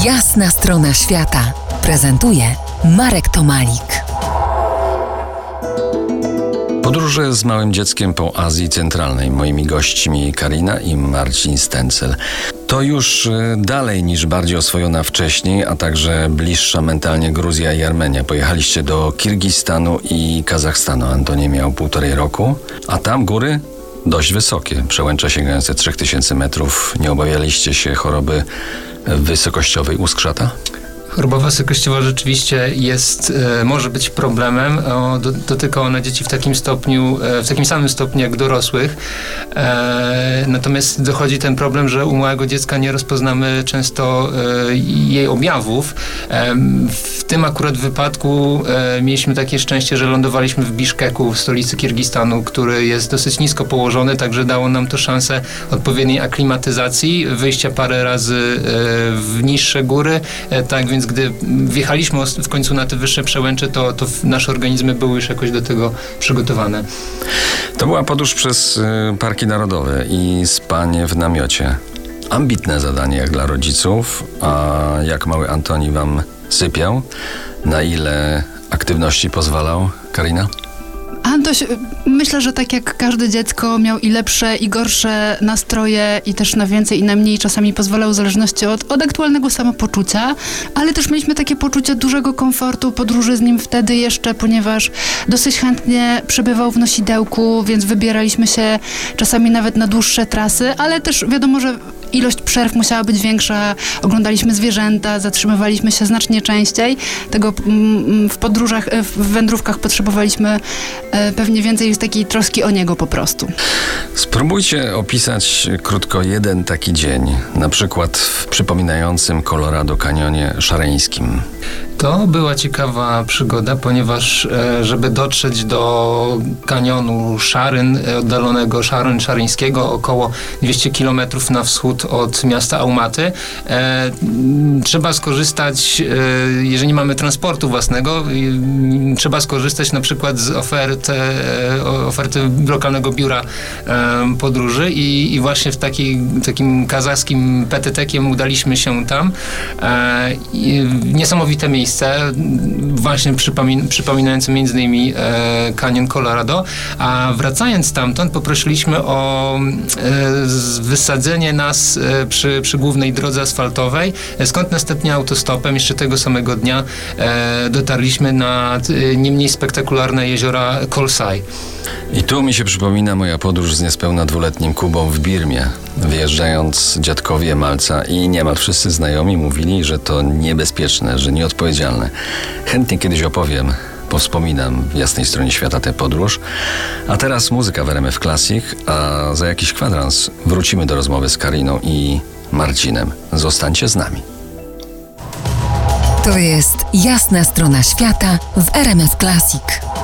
Jasna strona świata prezentuje Marek Tomalik. Podróże z małym dzieckiem po Azji Centralnej. Moimi gośćmi Karina i Marcin Stencel. To już dalej niż bardziej oswojona wcześniej, a także bliższa mentalnie Gruzja i Armenia. Pojechaliście do Kirgistanu i Kazachstanu. Antoni miał 1,5 roku, a tam góry dość wysokie, przełęcza sięgające 3000 metrów. Nie obawialiście się choroby wysokościowej uskrzata? Choroba wysokościowa rzeczywiście może być problemem. Dotyka ona dzieci w takim samym stopniu jak dorosłych. Natomiast dochodzi ten problem, że u małego dziecka nie rozpoznamy często jej objawów. W tym akurat wypadku mieliśmy takie szczęście, że lądowaliśmy w Biszkeku, w stolicy Kirgistanu, który jest dosyć nisko położony, także dało nam to szansę odpowiedniej aklimatyzacji, wyjścia parę razy w niższe góry. Tak więc gdy wjechaliśmy w końcu na te wyższe przełęcze, to nasze organizmy były już jakoś do tego przygotowane. To była podróż przez parki narodowe i spanie w namiocie. Ambitne zadanie jak dla rodziców, a jak mały Antoni wam sypiał? Na ile aktywności pozwalał, Karina? Antoś, myślę, że tak jak każde dziecko miał i lepsze, i gorsze nastroje, i też na więcej, i na mniej czasami pozwalał w zależności od aktualnego samopoczucia, ale też mieliśmy takie poczucie dużego komfortu podróży z nim wtedy jeszcze, ponieważ dosyć chętnie przebywał w nosidełku, więc wybieraliśmy się czasami nawet na dłuższe trasy, ale też wiadomo, że ilość przerw musiała być większa, oglądaliśmy zwierzęta, zatrzymywaliśmy się znacznie częściej. Tego w podróżach, w wędrówkach potrzebowaliśmy pewnie więcej takiej troski o niego po prostu. Spróbujcie opisać krótko jeden taki dzień, na przykład w przypominającym Colorado kanionie szareńskim. To była ciekawa przygoda, ponieważ żeby dotrzeć do kanionu Szaryn, oddalonego szaryńskiego, około 200 km na wschód od miasta Almaty, trzeba skorzystać, jeżeli nie mamy transportu własnego, trzeba skorzystać na przykład z oferty lokalnego biura podróży i właśnie w takim kazachskim PTT-kiem udaliśmy się tam. Niesamowite miejsce, właśnie przypominające między innymi kanion Colorado, a wracając stamtąd poprosiliśmy o wysadzenie nas przy głównej drodze asfaltowej, skąd następnie autostopem jeszcze tego samego dnia dotarliśmy na nie mniej spektakularne jeziora Kolsaj. I tu mi się przypomina moja podróż z niespełna 2-letnim Kubą w Birmie. Wyjeżdżając, dziadkowie Malca i niemal wszyscy znajomi mówili, że to niebezpieczne, że nieodpowiedzialne. Chętnie kiedyś opowiem, powspominam w jasnej stronie świata tę podróż. A teraz muzyka w RMF Classic, a za jakiś kwadrans wrócimy do rozmowy z Kariną i Marcinem. Zostańcie z nami. To jest Jasna strona świata w RMF Classic.